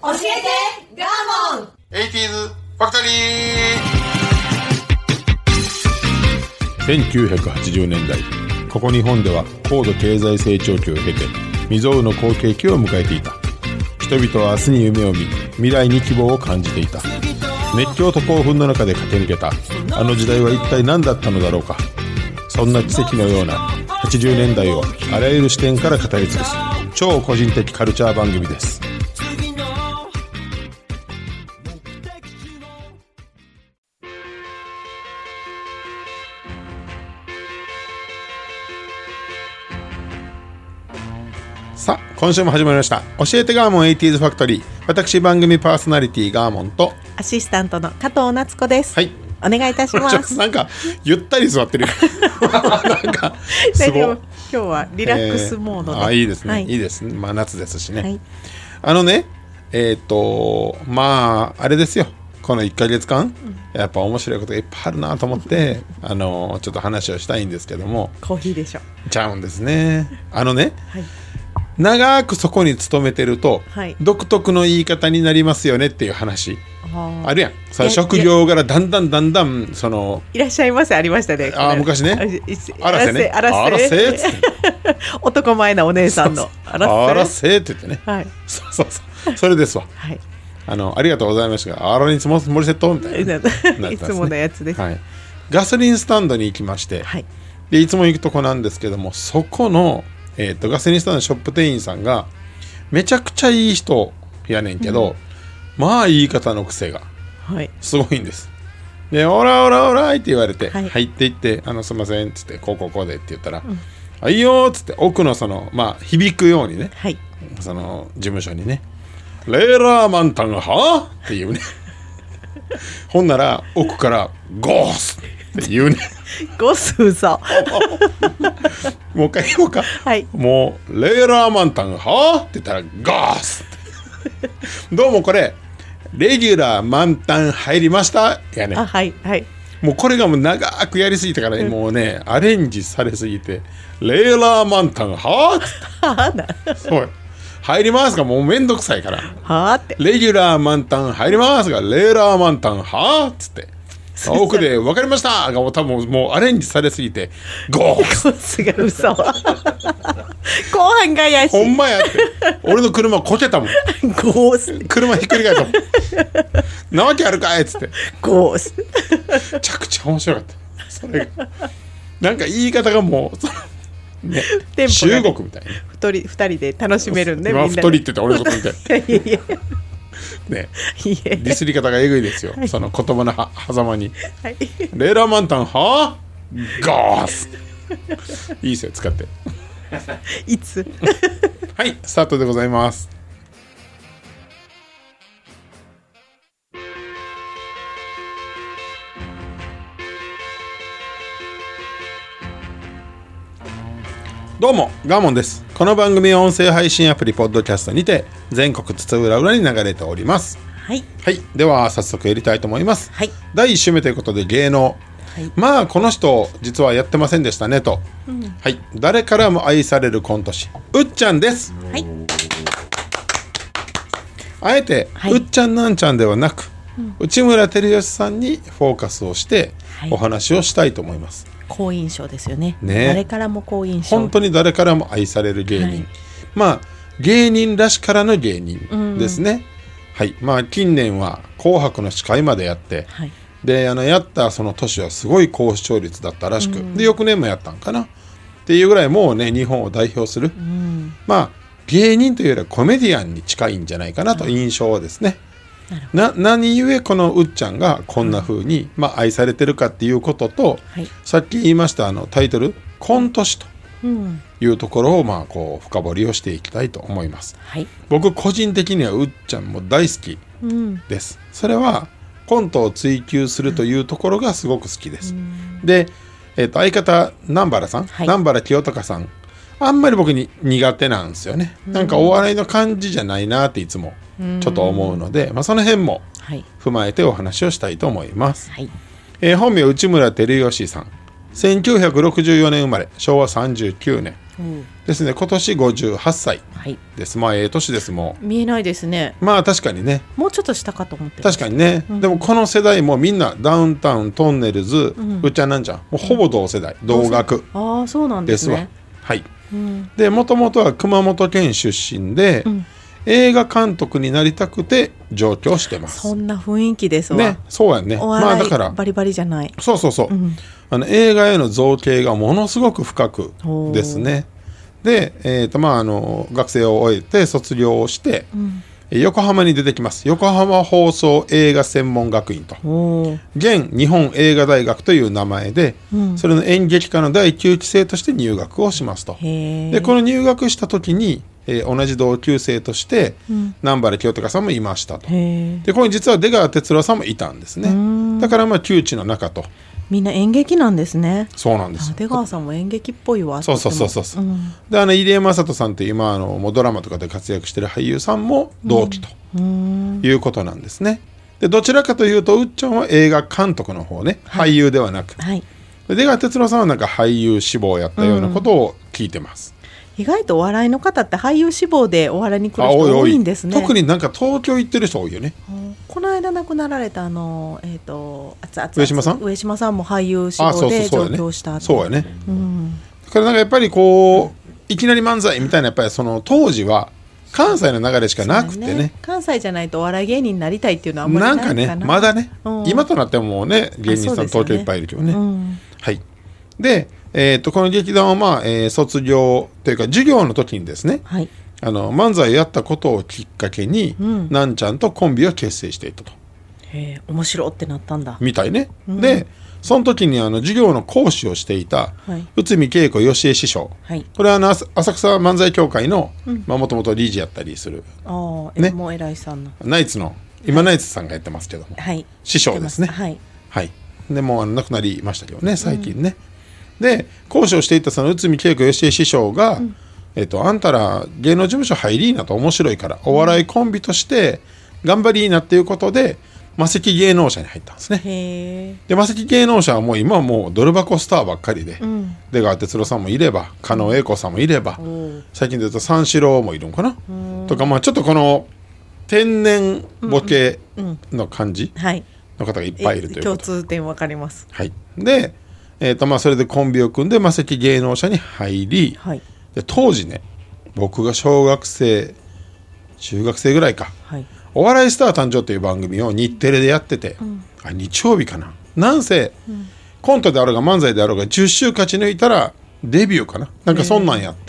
教えてガーモン 80s ファクトリー。1980年代、ここ日本では高度経済成長期を経て未曾有の好景気を迎えていた。人々は明日に夢を見、未来に希望を感じていた。熱狂と興奮の中で駆け抜けたあの時代は一体何だったのだろうか。そんな奇跡のような80年代をあらゆる視点から語り尽くす超個人的カルチャー番組です。さあ、今週も始まりました教えてガーモン 80s ファクトリー。私番組パーソナリティガーモンとアシスタントの加藤夏子です。 はい、 お願いいたします。 なんかゆったり座ってるなんかすごい。 今日はリラックスモードで、 いいですね、 はい、 いいですね。まあ夏ですしね、 はい、 まああれですよ、この1ヶ月間、やっぱ面白いことがいっぱいあるなと思ってちょっと話をしたいんですけども。 コーヒーでしょ。 ちゃうんですね。はい、長くそこに勤めてると、はい、独特の言い方になりますよねっていう話あるやん。その職業柄だんだんそのいらっしゃいませ。ありましたね。 昔ね、あらせね、あらせっつって男前なお姉さんのあらせって言ってね、 はい、 そうそれですわ、はい、ありがとうございましたが、あらにつもりセットみたいな、ね、 いつものやつです、 はい、ガソリンスタンドに行きまして、はい、でいつも行くとこなんですけども、そこの、ガソリンスタンドのショップ店員さんがめちゃくちゃいい人やねんけど、まあ言い方の癖がすごいんです。で、オラオラオラって言われて、入っていって、すいませんっつって、こうでって言ったら、あ、いいよっつって奥のまあ響くようにね、はい、その事務所にね、レーラーマンタンはって言うねほんなら奥からゴースって言うねゴス嘘もう一回言おうか、はい、もうレーラーマンタンはって言ったらゴースどうもこれレギュラー満タン入りましたやね。あ、はいはい。もうこれがもう長くやりすぎたから、もうねアレンジされすぎてレーラー満タンはってそう入りますがもうめんどくさいからはってレギュラー満タン入りますがレーラー満タンはっつって奥で分かりましたがもう多分もうアレンジされすぎてゴースが嘘後半が怪しい。ほんまやって俺の車こけたもんゴース車ひっくり返ったもんなわけあるかいっつってゴースめちゃくちゃ面白かった。それがなんか言い方がもうね、中国みたいな 2人で楽しめるんで、 今2人って言ったら俺のことみたいいやね、ディスり方がえぐいですよ、はい、その言葉の狭間に、はい、レーラーマンタンはゴースいいですよ使っていつはいスタートでございます。どうもガーモンです。この番組は音声配信アプリポッドキャストにて全国津々浦々に流れております。はい、はい、では早速やりたいと思います。はい、第1週目ということで芸能、はい、まあこの人実はやってませんでしたねと、はい、誰からも愛されるコント師うっちゃんです。はい、あえて、はい、うっちゃんなんちゃんではなく、内村光良さんにフォーカスをしてお話をしたいと思います。 好印象ですよ ね。誰からも好印象、 本当に誰からも愛される芸人、はい、まあ芸人らしからぬ芸人ですね、はい、まあ近年は紅白の司会までやって、はい、でやったその年はすごい高視聴率だったらしく、で翌年もやったんかなっていうぐらいもうね日本を代表する、まあ芸人というよりはコメディアンに近いんじゃないかなと印象ですね。何故このうっちゃんがこんな風に、まあ、愛されてるかっていうことと、はい、さっき言いましたタイトルコント師というところを、まあ、こう深掘りをしていきたいと思います、はい、僕個人的にはうっちゃんも大好きです、それはコントを追求するというところがすごく好きです、で、相方南原さん、はい、南原清隆さんあんまり僕に苦手なんですよね、なんかお笑いの感じじゃないなっていつもちょっと思うので、まあ、その辺も踏まえてお話をしたいと思います、はい、本名内村光良さん、1964年生まれ、昭和39年、 ですね。今年58歳はいです。まあ年です。も見えないですね。 まあ確かにね、 もうちょっと下かと思って確かにね、でもこの世代もみんなダウンタウン、トンネルズ、うっちゃんなんちゃん、もうほぼ同世代、同学ああ、そうなんでわ。 ですすね。 はい。でもともとは熊本県出身で、映画監督になりたくて上京してます。 そんな雰囲気ですわ。 ね、そうやね。 お笑い、 まあだからバリバリじゃない。 そうそうそう、映画への造形がものすごく深くですね。で、まあ学生を終えて卒業をして、横浜に出てきます。横浜放送映画専門学院と、現日本映画大学という名前で、それの演劇科の第9期生として入学をしますと。でこの入学した時に、同じ同級生として、南原清隆さんもいましたと。でここに実は出川哲朗さんもいたんですね。だからまあ旧知の中と。 みんな演劇なんですね。 そうなんです。 出川さんも演劇っぽいわ。 そうそうそうそう、で入江雅人さんという今もうドラマとかで活躍してる俳優さんも同期ということなんですね。でどちらかというとうっちゃんは映画監督の方ね、俳優ではなく、で出川哲朗さんはなんか俳優志望やったようなことを聞いてます。 意外とお笑いの方って俳優志望でお笑いに来る人多いんですね。 特になんか東京行ってる人多いよね。 この間亡くなられた上島さんも俳優志望で上京した。 そうやね。だからなんかやっぱりこういきなり漫才みたいな、やっぱりその当時は関西の流れしかなくてね、 関西じゃないとお笑い芸人になりたいっていうのはあんまりないかな。 なんかね、まだね、今となってもね芸人さん東京いっぱいいるけどね。はい。でこの劇団はまあ、卒業というか授業の時にですね、漫才をやったことをきっかけに、なんちゃんとコンビを結成していたと。 面白ってなったんだみたいね。でその時に授業の講師をしていた内海恵子義恵師匠、これは浅草漫才協会のもともと理事やったりする、 もう偉いさんのナイツの今ナイツさんがやってますけども、師匠ですね。でも亡くなりましたけどね最近ね。で講師をしていたその内海恵子義恵師匠が、あんたら芸能事務所入りーなと面白いからお笑いコンビとして頑張りーなっていうことで魔石芸能者に入ったんですね。で魔石芸能者はもう今はもうドル箱スターばっかりで、出川哲朗さんもいれば狩野英孝さんもいれば、最近で言うと三四郎もいるんかな、とか、まあちょっとこの天然ボケの感じの方がいっぱいいるということ、 共通点分かります。 でまあそれでコンビを組んで魔石芸能者に入り、で当時ね僕が小学生中学生ぐらいか、お笑いスター誕生という番組を日テレでやってて、日曜日かな、なんせ、コントであろうが漫才であろうが10週勝ち抜いたらデビューかな、なんかそんなんやって、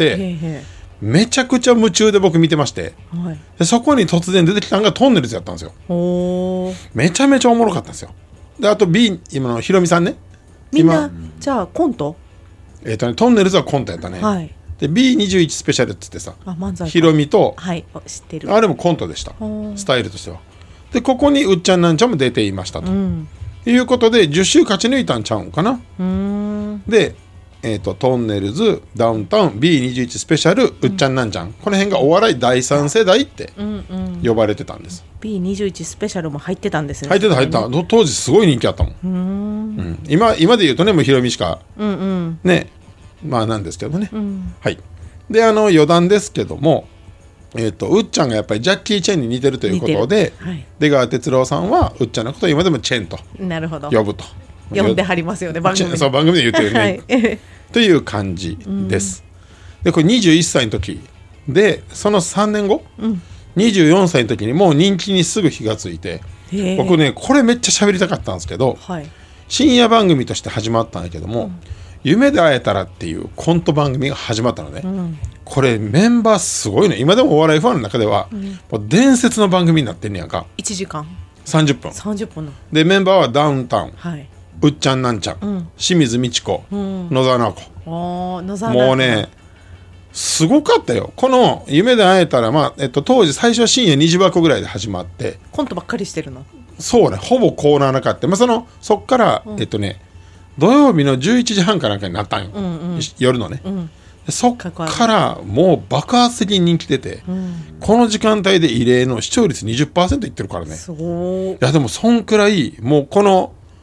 めちゃくちゃ夢中で僕見てまして、でそこに突然出てきたのがトンネルズやったんですよ。めちゃめちゃおもろかったんですよ。であと B 今のひろみさんね、 みんなじゃあコント、 トンネルズはコントやったね。で B21 スペシャルっつってさ、ひろみと、 知ってる、 あれもコントでした、スタイルとしては。でここにうっちゃんなんちゃんも出ていましたと、いうことで10週勝ち抜いたんちゃうんかな。で、トンネルズダウンタウン B21 スペシャルうっちゃんなんちゃん、この辺がお笑い第3世代って呼ばれてたんです。 B21 スペシャルも入ってたんですね。 入ってた当時すごい人気あったもん。今で言うとねもうひろみしかねまあなんですけどね。で余談ですけども、うっちゃんがやっぱりジャッキー・チェンに似てるということで、出川哲朗さんはうっちゃんのことを今でもチェンと呼ぶと。 呼んではりますよね番組で。 そう番組で言ってるね、という感じです。でこれ21歳の時でその3年後、24歳の時にもう人気にすぐ火がついて、僕ねこれめっちゃ喋りたかったんですけど、深夜番組として始まったんだけども、夢で会えたらっていうコント番組が始まったのね。これメンバーすごいね。今でもお笑いファンの中では、もう伝説の番組になってんねやんか。 1時間 30分でメンバーはダウンタウン、うっちゃんなんちゃん、清水ミチコ、野沢直子。もうねすごかったよ。この夢で会えたら、まあ当時最初は深夜2時箱ぐらいで始まって、 コントばっかりしてるの。 そうね、ほぼコーナーなかった。まあそっから土曜日の11時半かなんかになったんよ、夜のね、そっからもう爆発的に人気出て、この時間帯で異例の視聴率 20% いってるからね。いやでもそんくらいもうこの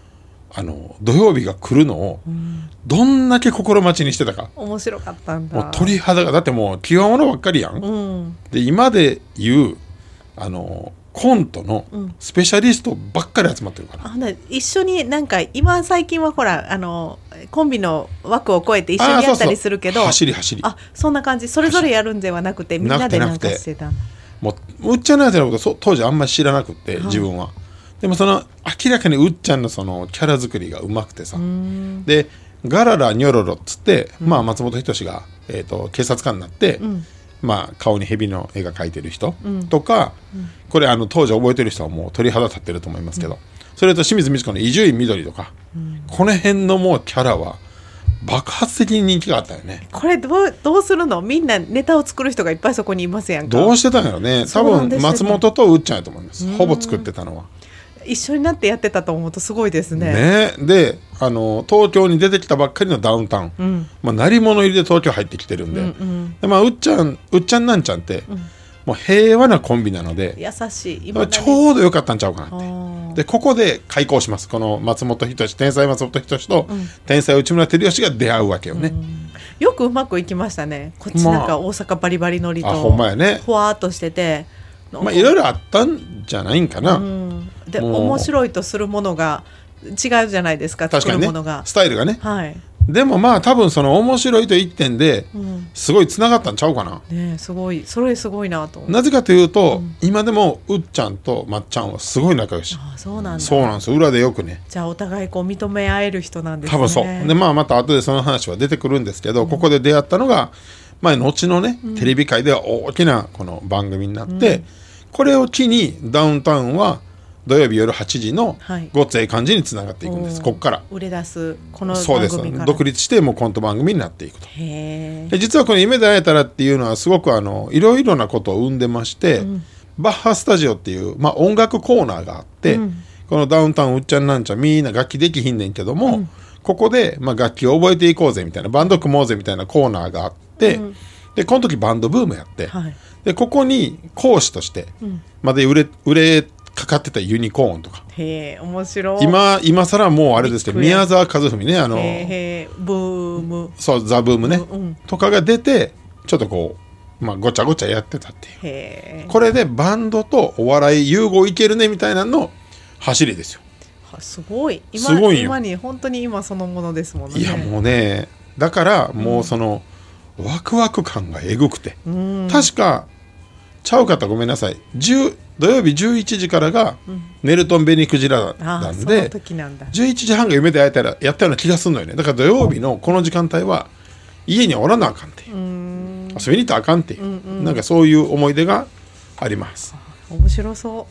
土曜日が来るのをどんだけ心待ちにしてたか。 面白かったんだ。 もう鳥肌がだってもう気弱者ばっかりやん、で今で言うコントのスペシャリストばっかり集まってるから、 一緒になんか今最近はほらコンビの枠を超えて一緒にやったりするけど、 走りそんな感じ、それぞれやるんではなくてみんなでなんかしてた。 もううっちゃんのやつのこと当時あんまり知らなくて、自分はでも明らかにうっちゃんのそのキャラ作りがうまくてさ、でガララニョロロっつって、松本人志が、警察官になって、顔に蛇の絵が描いてる人とか、これ当時覚えてる人はもう鳥肌立ってると思いますけど、それと清水美智子の伊集院みどりとか、この辺のもうキャラは爆発的に人気があったよね。 これどうするの？みんなネタを作る人がいっぱいそこにいますやんか。 どうしてたんやろね。多分松本とうっちゃんやと思います。ほぼ作ってたのは一緒になってやってたと思うとすごいですね。 で東京に出てきたばっかりのダウンタウン、鳴り物入りで東京入ってきてるんで、でうっちゃんなんちゃんって、もう平和なコンビなので優しい、 ちょうどよかったんちゃうかなって。でここで開校します。この松本人志、天才松本人志と、天才内村光良が出会うわけよね。 よくうまくいきましたね。こっちなんか大阪バリバリノリと、 ほんまやね、 ふわーっとしてて、 いろいろあったんじゃないんかな、 で面白いとするものが違うじゃないですか。 確かにね、 作るものが、 スタイルがね、でも多分その面白いと一点ですごいつながったんちゃうかな、 すごい、それすごいなと思う。 なぜかというと、今でもうっちゃんとまっちゃんはすごい仲良し。 そうなんだ。 そうなんですよ、裏でよくね。 じゃあお互い認め合える人なんですね。 多分そうで、また後でその話は出てくるんですけど、ここで出会ったのが、後のね、テレビ界では大きなこの番組になって、これを機にダウンタウンは土曜日夜8時のごっつええ感じにつながっていくんです、ここから売れ出すこの番組から。そうです、独立してもうコント番組になっていくと。で実はこの夢で会えたらっていうのはすごくいろいろなことを生んでまして、バッハスタジオっていう、音楽コーナーがあって、このダウンタウンうっちゃんなんちゃんみんな楽器できひんねんけども、ここで、楽器を覚えていこうぜみたいな、バンド組もうぜみたいなコーナーがあって、でこの時バンドブームやって、でここに講師としてまで売れかかってたユニコーンとか、 面白い。 今更もうあれですけど、宮沢和文ね、 ブーム、 そうザ・ブームね、とかが出てちょっとこう、ごちゃごちゃやってたっていう、これでバンドとお笑い融合いけるねみたいなの走りですよ。 すごい、今に本当に今そのものですもんね。 いやもうね、だからもうその、ワクワク感がえぐくて、確かちゃうかった、ごめんなさい、土曜日11時からがネルトン・ベニクジラなんで、11時半が夢で会えたらやったような気がするのよね。だから土曜日のこの時間帯は家におらなあかんっていう、遊びに行ったらあかんっていう、なんかそういう思い出があります。 面白そう。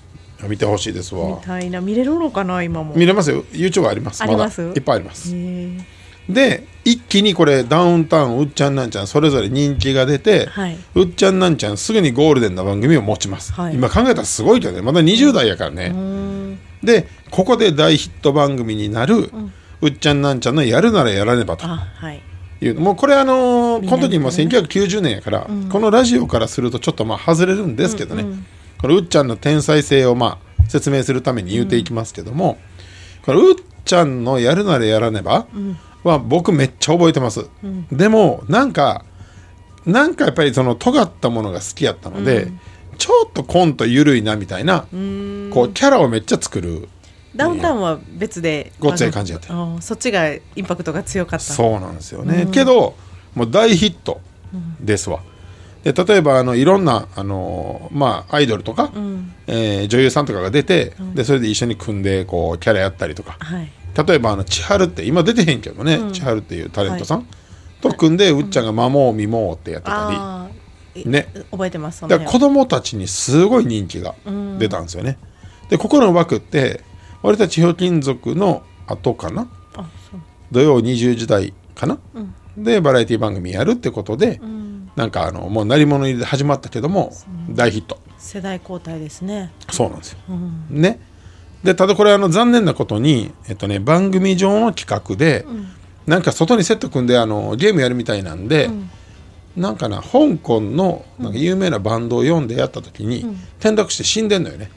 見てほしいですわ。 見たいな。見れるのかな。今も見れますよ、 YouTube あります。 あります、 まだいっぱいあります。で一気にこれダウンタウンうっちゃんなんちゃんそれぞれ人気が出て、うっちゃんなんちゃんすぐにゴールデンな番組を持ちます、今考えたらすごいけどね、まだ20代やからね。でここで大ヒット番組になる、うっちゃんなんちゃんのやるならやらねばという、もうこれこの時も1990年やから、このラジオからするとちょっと外れるんですけどね、これうっちゃんの天才性を説明するために言うていきますけども、これうっちゃんのやるならやらねばは僕めっちゃ覚えてます、でもなんかやっぱりその尖ったものが好きやったので、ちょっとコント緩いなみたいな、こうキャラをめっちゃ作る。 ダウンタウンは別でごっつい感じやった。 そっちがインパクトが強かった。 そうなんですよね、けどもう大ヒットですわ。で例えばいろんなアイドルとか、女優さんとかが出て、でそれで一緒に組んでこうキャラやったりとか、例えば千春って今出てへんけどね、千春っていうタレントさん、と組んでうっちゃんが「マモーミモー」ってやってたりね、 覚えてます。 だから子供たちにすごい人気が出たんですよね。でここの枠って俺たちひょうきん族の後かな、土曜20時台かな、でバラエティ番組やるってことで、なんかもう鳴り物入りで始まったけども大ヒット、 世代交代ですね。 そうなんですよ、ね。でただこれ残念なことに、番組上の企画で、なんか外にセット組んでゲームやるみたいなんで、なんか香港のなんか有名なバンドを読んでやった時に、転落して死んでんのよね。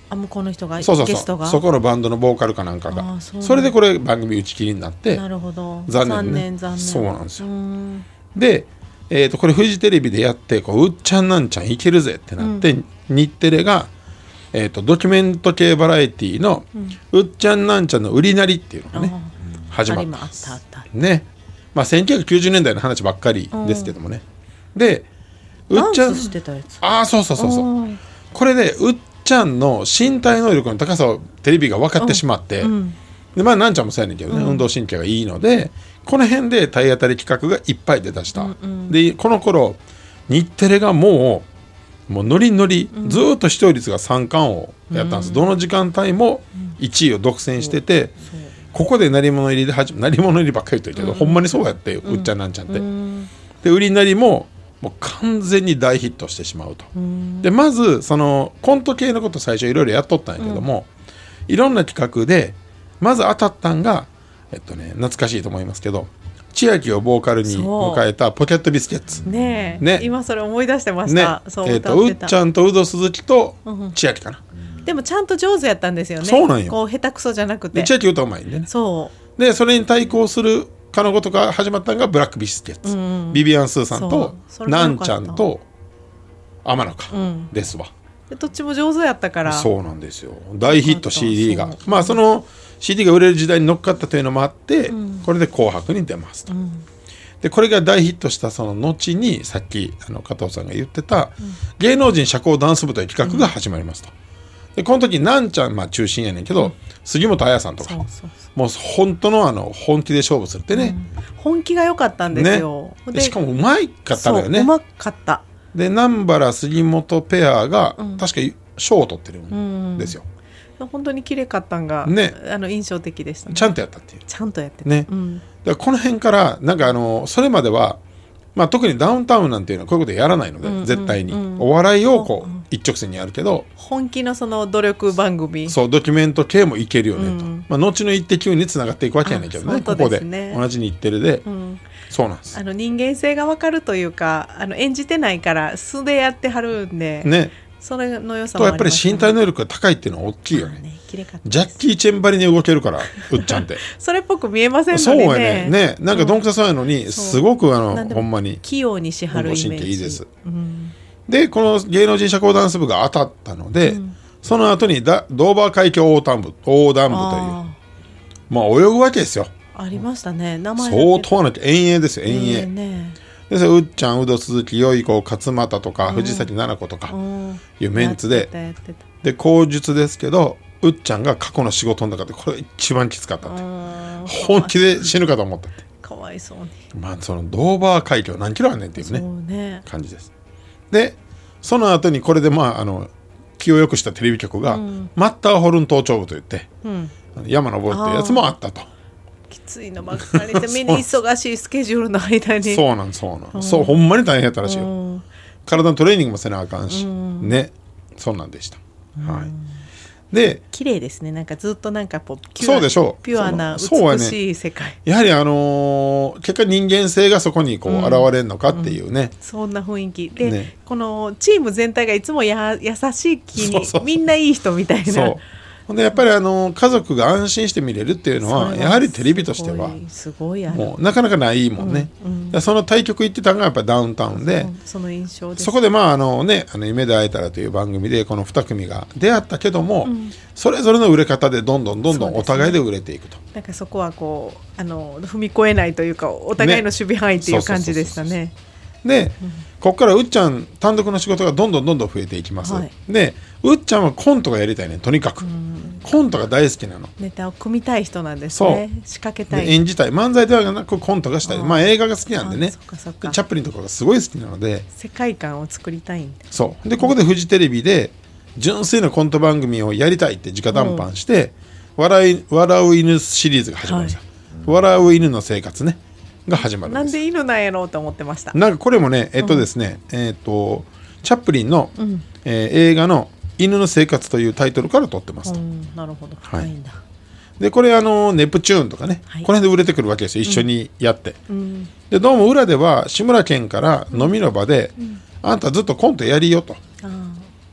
向こうの人がそうゲストがそこのバンドのボーカルかなんかが それでこれ番組打ち切りになって、 なるほど、 残念ね。 残念そうなんですよ。で、これフジテレビでやってうっちゃんなんちゃんいけるぜってなって、日テレが、ドキュメント系バラエティの、うっちゃんなんちゃんの売りなりっていうのがね、始まったんですね。まあ1990年代の話ばっかりですけどもね。でうっちゃん、そうこれでうっちゃんの身体能力の高さをテレビが分かってしまって、でまあなんちゃんもそうやねんけどね、運動神経がいいのでこの辺で体当たり企画がいっぱい出だした、でこの頃日テレがもうノリノリ、ずっと視聴率が3冠をやったんです、どの時間帯も1位を独占してて、ここで鳴り物入りで鳴り物入りばっかり言ってるけど、ほんまにそうやって、うっちゃんなんちゃんって、で売りなりもう完全に大ヒットしてしまうと。でまずそのコント系のこと最初いろいろやっとったんやけども、いろんな企画でまず当たったんが懐かしいと思いますけど、千秋をボーカルに迎えたポケットビスケッツね今それ思い出してました、 うっちゃんとウド鈴木と千秋かな、 でもちゃんと上手やったんですよね。 そうなんよ。 こう下手くそじゃなくて千秋歌うまいんでね。 そうでそれに対抗するかのことが始まったのがブラックビスケッツ、ビビアン・スーさんとなんちゃんと天野か、ですわ。 でどっちも上手やったから。 そうなんですよ。大ヒット CD がまあその CD が売れる時代に乗っかったというのもあって、これで紅白に出ますと、でこれが大ヒットしたその後にさっき加藤さんが言ってた、芸能人社交ダンス部という企画が始まりますと。でこの時なんちゃん中心やねんけど、杉本彩さんとかもう本当の本気で勝負するってね、 本気が良かったんですよ、 でしかもうまいかったのよね。 うまかった。 で南原杉本ペアが確か賞を取ってるんですよ、 本当に綺麗かったんが、印象的でしたね。 ちゃんとやったっていう。 ちゃんとやってたね、だからこの辺からなんかそれまでは、まあ、特にダウンタウンなんていうのはこういうことやらないので、絶対にお笑いを一直線にやるけど、 本気のその努力番組、 そうドキュメント系もいけるよねと、まあ、後のイッテ Q につながっていくわけやねんけどね、ここで同じ日テレで、そうなんです。 人間性が分かるというか、演じてないから素でやってはるんでね、 それの良さもありますね。 とやっぱり身体能力が高いっていうのは大きいよね。ジャッキー・チェンバリに動けるからうっちゃんってそれっぽく見えませんのでね。 そうやね。なんかどんくさそうやのに、すごくほんまに器用にしはるイメージ。 神経いいです、でこの芸能人社交ダンス部が当たったので、その後にドーバー海峡横断部というまあ泳ぐわけですよ。 ありましたね。名前相当な遠泳ですよ、遠泳、でそれうっちゃん、うど、鈴木、よいこ、勝俣とか、藤崎奈々子とかいうメンツで、で口述ですけど、うっちゃんが過去の仕事の中でこれ一番きつかったって、本気で死ぬかと思ったって。 かわいそうに。 まあそのドーバー海峡何キロあんねんっていうね感じです。でその後にこれで気を良くしたテレビ局が、マッターホルン頭頂部といって、山登るってやつもあったと。 きついのばっかりでみんな忙しいスケジュールの間にそうなんそうほんまに大変やったらしいよ。体のトレーニングもせなあかんし、ね、そんなんでした。で綺麗ですね。なんかずっとなんかそうでしょう、 ピュアな美しい世界、 やはり結果人間性がそこに現れるのかっていうね、 そんな雰囲気で、このチーム全体がいつも優しい気にみんないい人みたいな。 でやっぱり家族が安心して見れるっていうのはやはりテレビとしてはすごいもうなかなかないもんね、その対局行ってたのがやっぱりダウンタウンで、 その印象です。 そこで夢で会えたらという番組でこの2組が出会ったけども、それぞれの売れ方でどんどんお互いで売れていくと、 なんかそこはこう踏み越えないというか、お互いの守備範囲っていう感じでしたね。 でここからうっちゃん単独の仕事がどんどん増えていきます、でうっちゃんはコントがやりたいね、とにかく、コントが大好きなの。 ネタを組みたい人なんですね。仕掛けたい、 演じたい、漫才ではなくコントがしたい、まあ映画が好きなんでね、チャップリンとかがすごい好きなので世界観を作りたいんで、 そうでここでフジテレビで純粋なコント番組をやりたいって直談判して、笑う犬シリーズが始まりました、笑う犬の生活ねが始まるんです。 なんで犬なんやろうと思ってました。 なんかこれもねですね、チャップリンの、映画の犬の生活というタイトルから取ってますと。 なるほど、深いんだ。 でこれネプチューンとかね、この辺で売れてくるわけですよ、一緒にやって、でどうも裏では志村けんから飲みの場で、あんたずっとコントやりよと、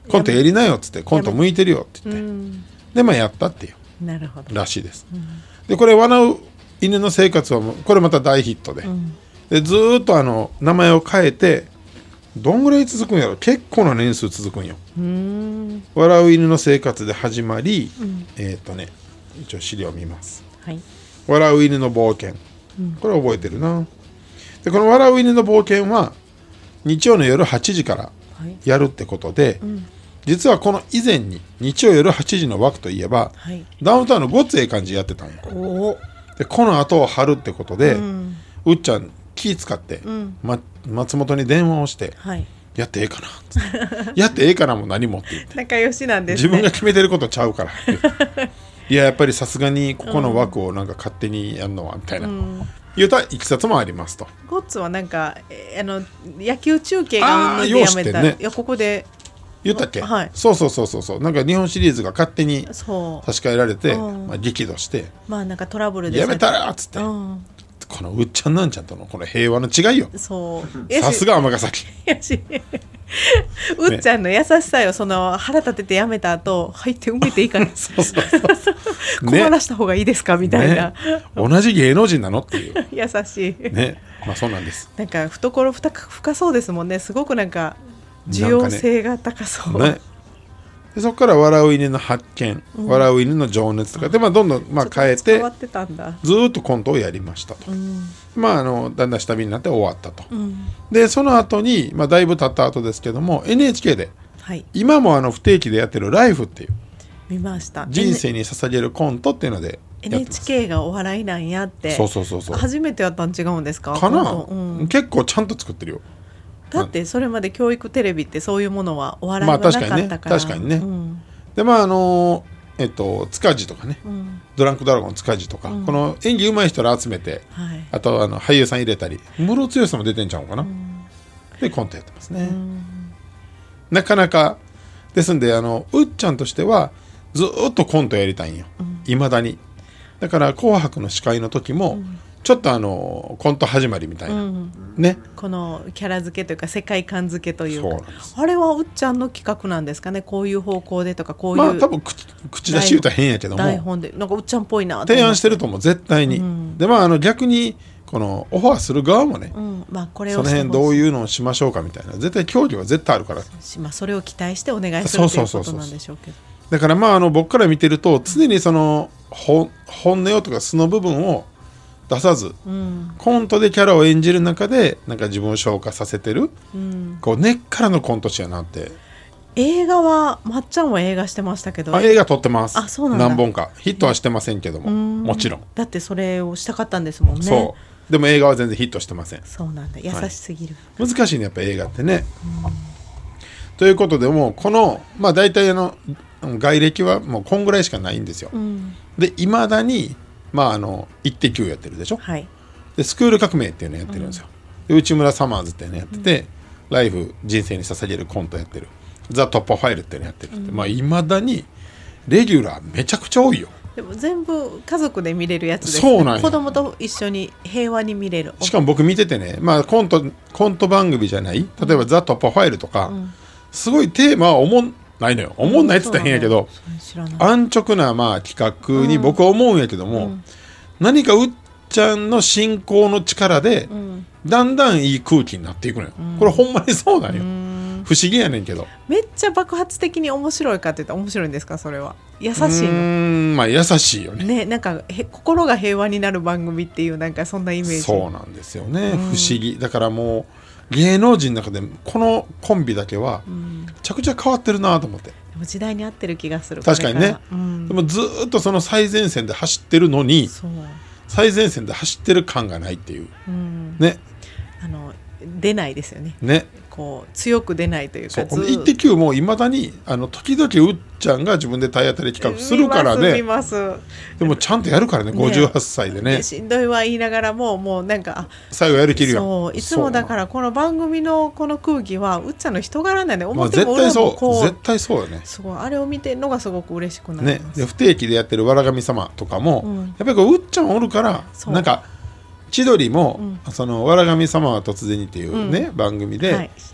コントやりなよっつって、コント向いてるよって言って、でまあやったっていうなるほどらしいです、でこれ笑う犬の生活はこれまた大ヒットで、でずーっと名前を変えてどんぐらい続くんやろ、結構な年数続くんよ。笑う犬の生活で始まり、一応資料を見ます、はい、笑う犬の冒険、これ覚えてるな。でこの笑う犬の冒険は日曜の夜8時からやるってことで、実はこの以前に日曜夜8時の枠といえば、ダウンタウンのごっつええ感じやってたんよ。でこの後を張るってことで、うっちゃん気使って、松本に電話をして、やってええかなやってええかなも何もって言って仲良しなんですね、自分が決めてることちゃうからいややっぱりさすがにここの枠をなんか勝手にやるのはみたいな、言うたいきさつもありますと。 ゴッツはなんか野球中継がでやめた、ね、いやここで言ったっけ、そうなんか日本シリーズが勝手に差し替えられて、激怒してなんかトラブルでやめたらっつって、このうっちゃんなんちゃんとのこの平和の違いよ。さすが尼崎うっちゃんの優しさよ。その腹立ててやめた後入って埋めていいから困らした方がいいですかみたいな、 同じ芸能人なのっていう優しいね。そうなんです。 なんか懐深そうですもんね。すごくなんか需要性が高そうね。 でそこから笑う犬の発見、笑う犬の情熱とかで、どんどん変えてずっとコントをやりましたと、だんだん下火になって終わったと、でその後に、だいぶ経った後ですけども NHK で、今も不定期でやってるライフっていう見ました。 人生に捧げるコントっていうので NHK がお笑いなんやって。 そう初めてやったん違うんですかかな、結構ちゃんと作ってるよ。 だってそれまで教育テレビってそういうものはお笑いはなかったから、 確かにね、で塚地とかね、ドランクドラゴン塚地とか、この演技上手い人ら集めて、あと俳優さん入れたり、ムロツヨシさんも出てんちゃうかな、でコントやってますね、なかなかですんでうっちゃんとしてはずっとコントやりたいんよ、いまだに。だから紅白の司会の時も、ちょっとコント始まりみたいな、ね、 このキャラ付けというか世界観付けというか、あれはうっちゃんの企画なんですかね。こういう方向でとか、こういう多分口出し言うたら変やけども台本でなんかうっちゃんっぽいな提案してると思う絶対に、で逆にこのオファーする側もね、 これをその辺どういうのをしましょうかみたいな絶対協議は絶対あるから、 それを期待してお願いするということなんでしょうけど、 だから僕から見てると常にその本音をとか素の部分を出さず、コントでキャラを演じる中でなんか自分を消化させてる、こう根っからのコント師やなって。 映画はまっちゃんは映画してましたけど、 映画撮ってます。 そうなんだ。 何本かヒットはしてませんけども、もちろんだってそれをしたかったんですもんね。 そうでも映画は全然ヒットしてません。 そうなんだ。優しすぎる、 難しいねやっぱ映画ってね、ということでもうこの大体外歴はもうこんぐらいしかないんですよ、でいまだにイッテ Q やってるでしょ、でスクール革命っていうのやってるんですよ、で内村サマーズっていうのやってて、ライフ人生に捧げるコントやってる、ザ・突破ファイルっていうのやってるって、いまだにレギュラーめちゃくちゃ多いよ。 でも全部家族で見れるやつです、 そうなんや。 子供と一緒に平和に見れる。 しかも僕見ててね、コント番組じゃない、例えばザ・突破ファイルとか、すごいテーマは思んないのよ。思んないって言ったら変やけど、安直な企画に僕は思うんやけども、何かうっちゃんの進行の力で、だんだんいい空気になっていくのよ、これほんまにそうなんよ、不思議やねんけど。 めっちゃ爆発的に面白いかって言ったら面白いんですか。それは優しいの。 優しいよね。 なんか心が平和になる番組っていうなんかそんなイメージ。 そうなんですよね、不思議だからもう芸能人の中でこのコンビだけはめちゃくちゃ変わってるなと思って。 でも時代に合ってる気がする。 確かにね、でもずっとその最前線で走ってるのに、最前線で走ってる感がないっていう、ね、 出ないですよね。こう強く出ないというか。 イッテ Q もいまだに時々うっちゃんが自分で体当たり企画するからね。 見ます。 でもちゃんとやるからね、58歳でね。 しんどいは言いながらもうなんか最後やりきるよ。 そういつもだからこの番組のこの空気はうっちゃんの人柄なんで、 表も裏もこう絶対そうよね。 すごいあれを見てるのがすごく嬉しくなります。 で不定期でやってるわらがみ様とかも、やっぱりうっちゃんおるからなんか千鳥も、そのわらがみ様は突然にっていうね、番組で、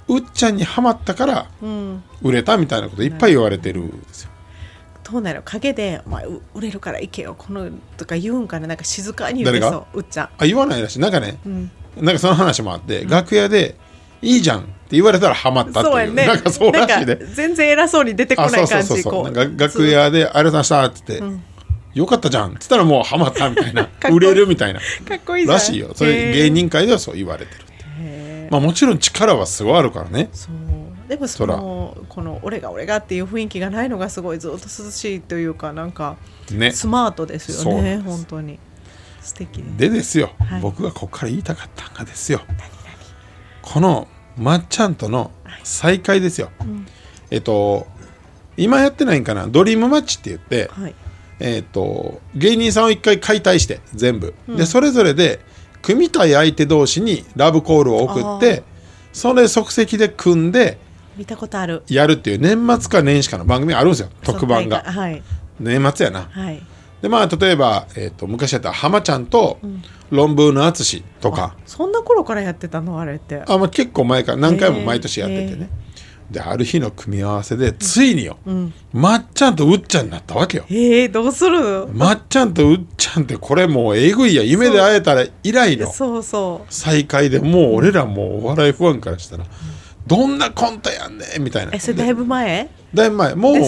うっちゃんにハマったから売れたみたいなこといっぱい言われてるんですよ。 どうなの陰で、売れるから行けよこのとか言うんかな、なんか静かに言ってそううっちゃん。 言わないらしい。なんかね、なんかその話もあって、楽屋でいいじゃんって言われたらハマったっていう、 そうやね、 なんかそうらしいで、 全然偉そうに出てこない感じ。 なんか楽屋でありがとうございましたって言って、よかったじゃんって言ったらもうハマったみたいな売れるみたいなかっこいいじゃんらしいよ。それ芸人界ではそう言われてるって。もちろん力はすごいあるからね。 そうでもこの俺がっていう雰囲気がないのがすごいずっと涼しいというか、なんかスマートですよね。本当に素敵でですよ、僕がここから言いたかったのがですよ、このまっちゃんとの再会ですよ。今やってないんかな、ドリームマッチって言って、芸人さんを一回解体して全部、でそれぞれで組みたい相手同士にラブコールを送って、それ即席で組んで見たことあるやるっていう年末か年始かの番組あるんですよ、特番が。年末やな。で例えば、昔やったら浜ちゃんと論文の淳とか、 そんな頃からやってたのあれって。 結構前から何回も毎年やっててね。である日の組み合わせでついによ、まっちゃんとうっちゃんになったわけよ。 どうする？ まっちゃんとうっちゃんってこれもうえぐいや、夢で会えたら以来の再会で、もう俺らもうお笑いファンからしたら、どんなコントやんねんみたいな。 それだいぶ前？ だいぶ前、もう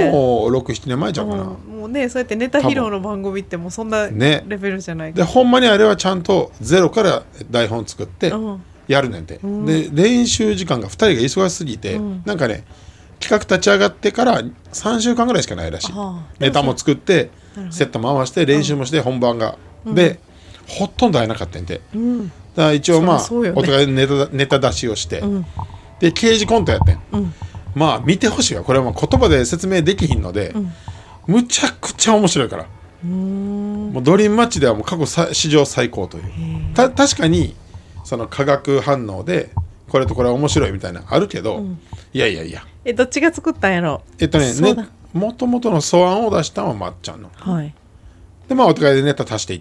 6、7年前じゃんかな。 もうね、そうやってネタ披露の番組ってもうそんなレベルじゃない。 でほんまにあれはちゃんとゼロから台本作ってやるねんて。で練習時間が2人が忙しすぎて、なんかね企画立ち上がってから3週間ぐらいしかないらしい。ネタも作ってセットも回して練習もして本番が、でほとんど会えなかったんで、だから一応お互いネタ出しをして、で刑事コントやってん、見てほしいわ。これは言葉で説明できひんので、むちゃくちゃ面白いから。もうドリームマッチではもう過去史上最高という。確かにその化学反応でこれとこれは面白いみたいなあるけど、いやどっちが作ったんやろ。 もともとの素案を出したのはまっちゃんの、でお互いでネタ足していって、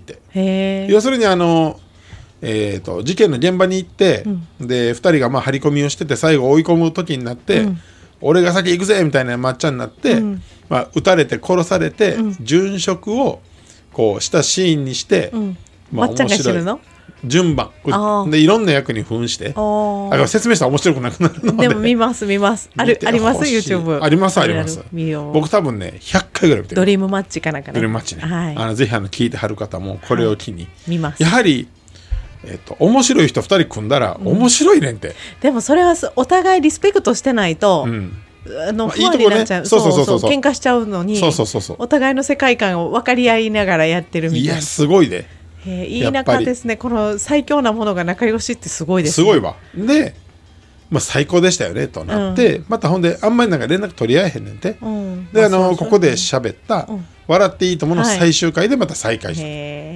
要するに事件の現場に行って、で2人が張り込みをしてて最後追い込む時になって、俺が先行くぜみたいなまっちゃんになって、撃たれて殺されて、殉職をこうしたシーンにして、 まっちゃんが知るの順番でいろんな役に扮して、説明したら面白くなくなるので。 でも見ますあります YouTube。 あります僕多分ね100回ぐらい見てる。 ドリームマッチかなんかね。 ドリームマッチね、ぜひ聞いてはる方もこれを機に、 見ます。 やはり面白い人2人組んだら面白いねんて。 でもそれはお互いリスペクトしてないと、不安になっちゃう。喧嘩しちゃうのに、お互いの世界観を分かり合いながらやってるみたいな。 いやすごいで、 いい仲ですね。この最強なものが仲良しってすごいですね。 すごいわ。で最高でしたよねとなって、またほんであんまりなんか連絡取り合えへんねんて。でここで喋った「笑っていいとも」の最終回でまた再会して、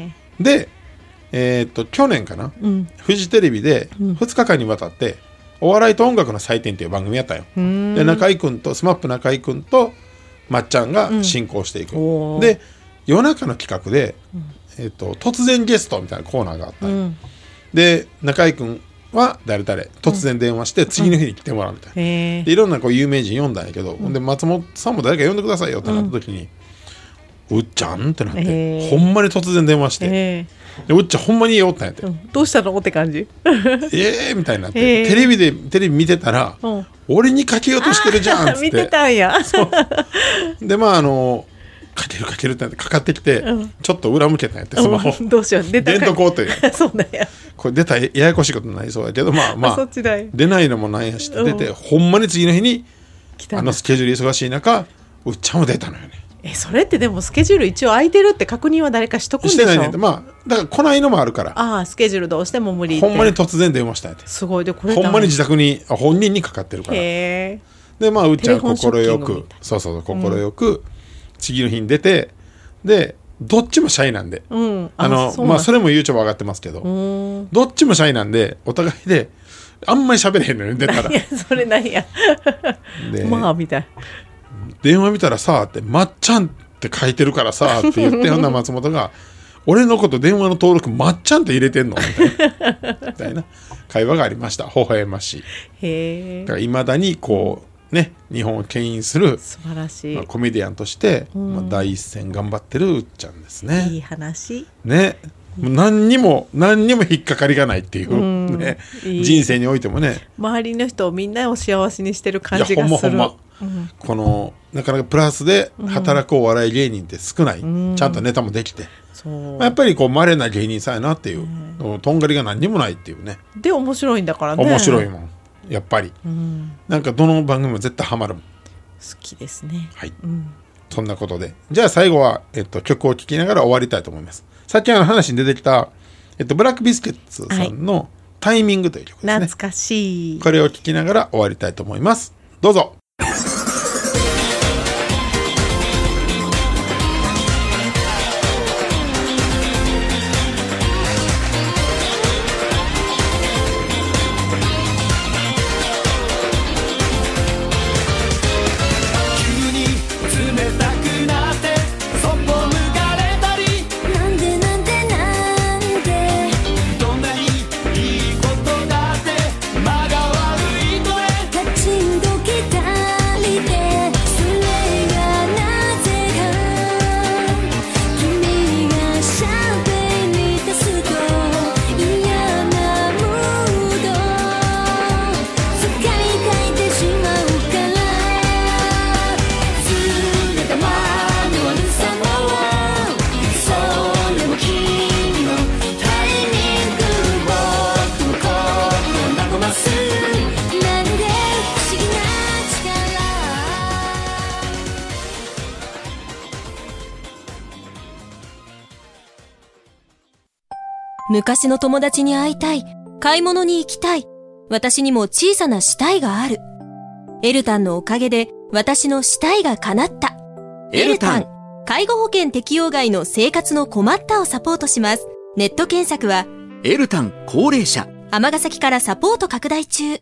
で去年かな、フジテレビで2日間にわたってお笑いと音楽の祭典っていう番組やったよ。で中居君とSMAP中居君とまっちゃんが進行していく、で夜中の企画で、突然ゲストみたいなコーナーがあった、で中居君は誰々突然電話して次の日に来てもらうみたいな、でいろんな有名人呼んだんやけど、で松本さんも誰か呼んでくださいよってなった時に、うっちゃんってなって、ほんまに突然電話して、でうっちゃんほんまにいいよってなって、 どうしたのって感じみたいになって、テレビ見てたら、俺にかけようとしてるじゃんっつって見てたんや。 でかけるってなってかかってきて、ちょっと裏向けたんやってスマホ、 どうしよう出たとこうというそうなんや。 これ出たらややこしいことになりそうやけど、 そっちだい出ないのもなんやし出て、ほんまに次の日にスケジュール忙しい中うっちゃんも出たのよね。 それってでもスケジュール一応空いてるって確認は誰かしとくんでしょ。 してないねんて。だから来ないのもあるから、 スケジュールどうしても無理って。 ほんまに突然電話したんやて。 すごい。でこれほんまに自宅に本人にかかってるから。でうっちゃん快く快く次の日に出て、でどっちもシャイなんで、それも YouTube 上がってますけど、どっちもシャイなんでお互いであんまり喋れへんのよ出たら。 それなんやみたい。 電話見たらさって「まっちゃん」って書いてるからさって言ってほんな松本が「 俺のこと電話の登録まっちゃんと入れてんのみたいな会話がありました。微笑ましい。 へえ。 だからいまだにこうね、日本を牽引する素晴らしい、 コメディアンとして、第一線頑張ってるうっちゃんですね。 いい話ね。もう何にも引っかかりがないっていう、ね、人生においてもね、 周りの人をみんなを幸せにしてる感じがする。 ほんま、このなかなかプラスで働くお笑い芸人って少ない、ちゃんとネタもできて、やっぱりこう稀な芸人さんやなっていう、とんがりが何にもないっていうね。 で面白いんだからね。 面白いもんやっぱり、なんかどの番組も絶対ハマるもん。 好きですね。 はい、そんなことで、じゃあ最後は、曲を聴きながら終わりたいと思います。さっきの話に出てきた、ブラックビスケッツさんのタイミングという曲ですね。 懐かしい。 これを聴きながら終わりたいと思います。どうぞ。 昔の友達に会いたい。買い物に行きたい。私にも小さなしたいがある。エルタンのおかげで私のしたいが叶った。エルタン。介護保険適用外の生活の困ったをサポートします。ネット検索はエルタン高齢者。 尼崎からサポート拡大中。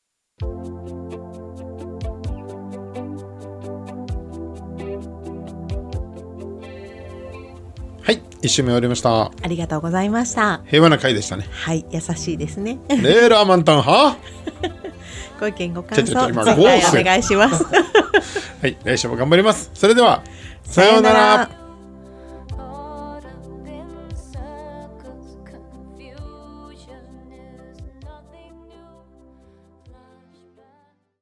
はい、1週目終わりました。 ありがとうございました。 平和な回でしたね。 はい、優しいですね。 レーラーマンタンはご意見ご感想、 今次回お願いします。 はい、来週も頑張ります。それではさようなら。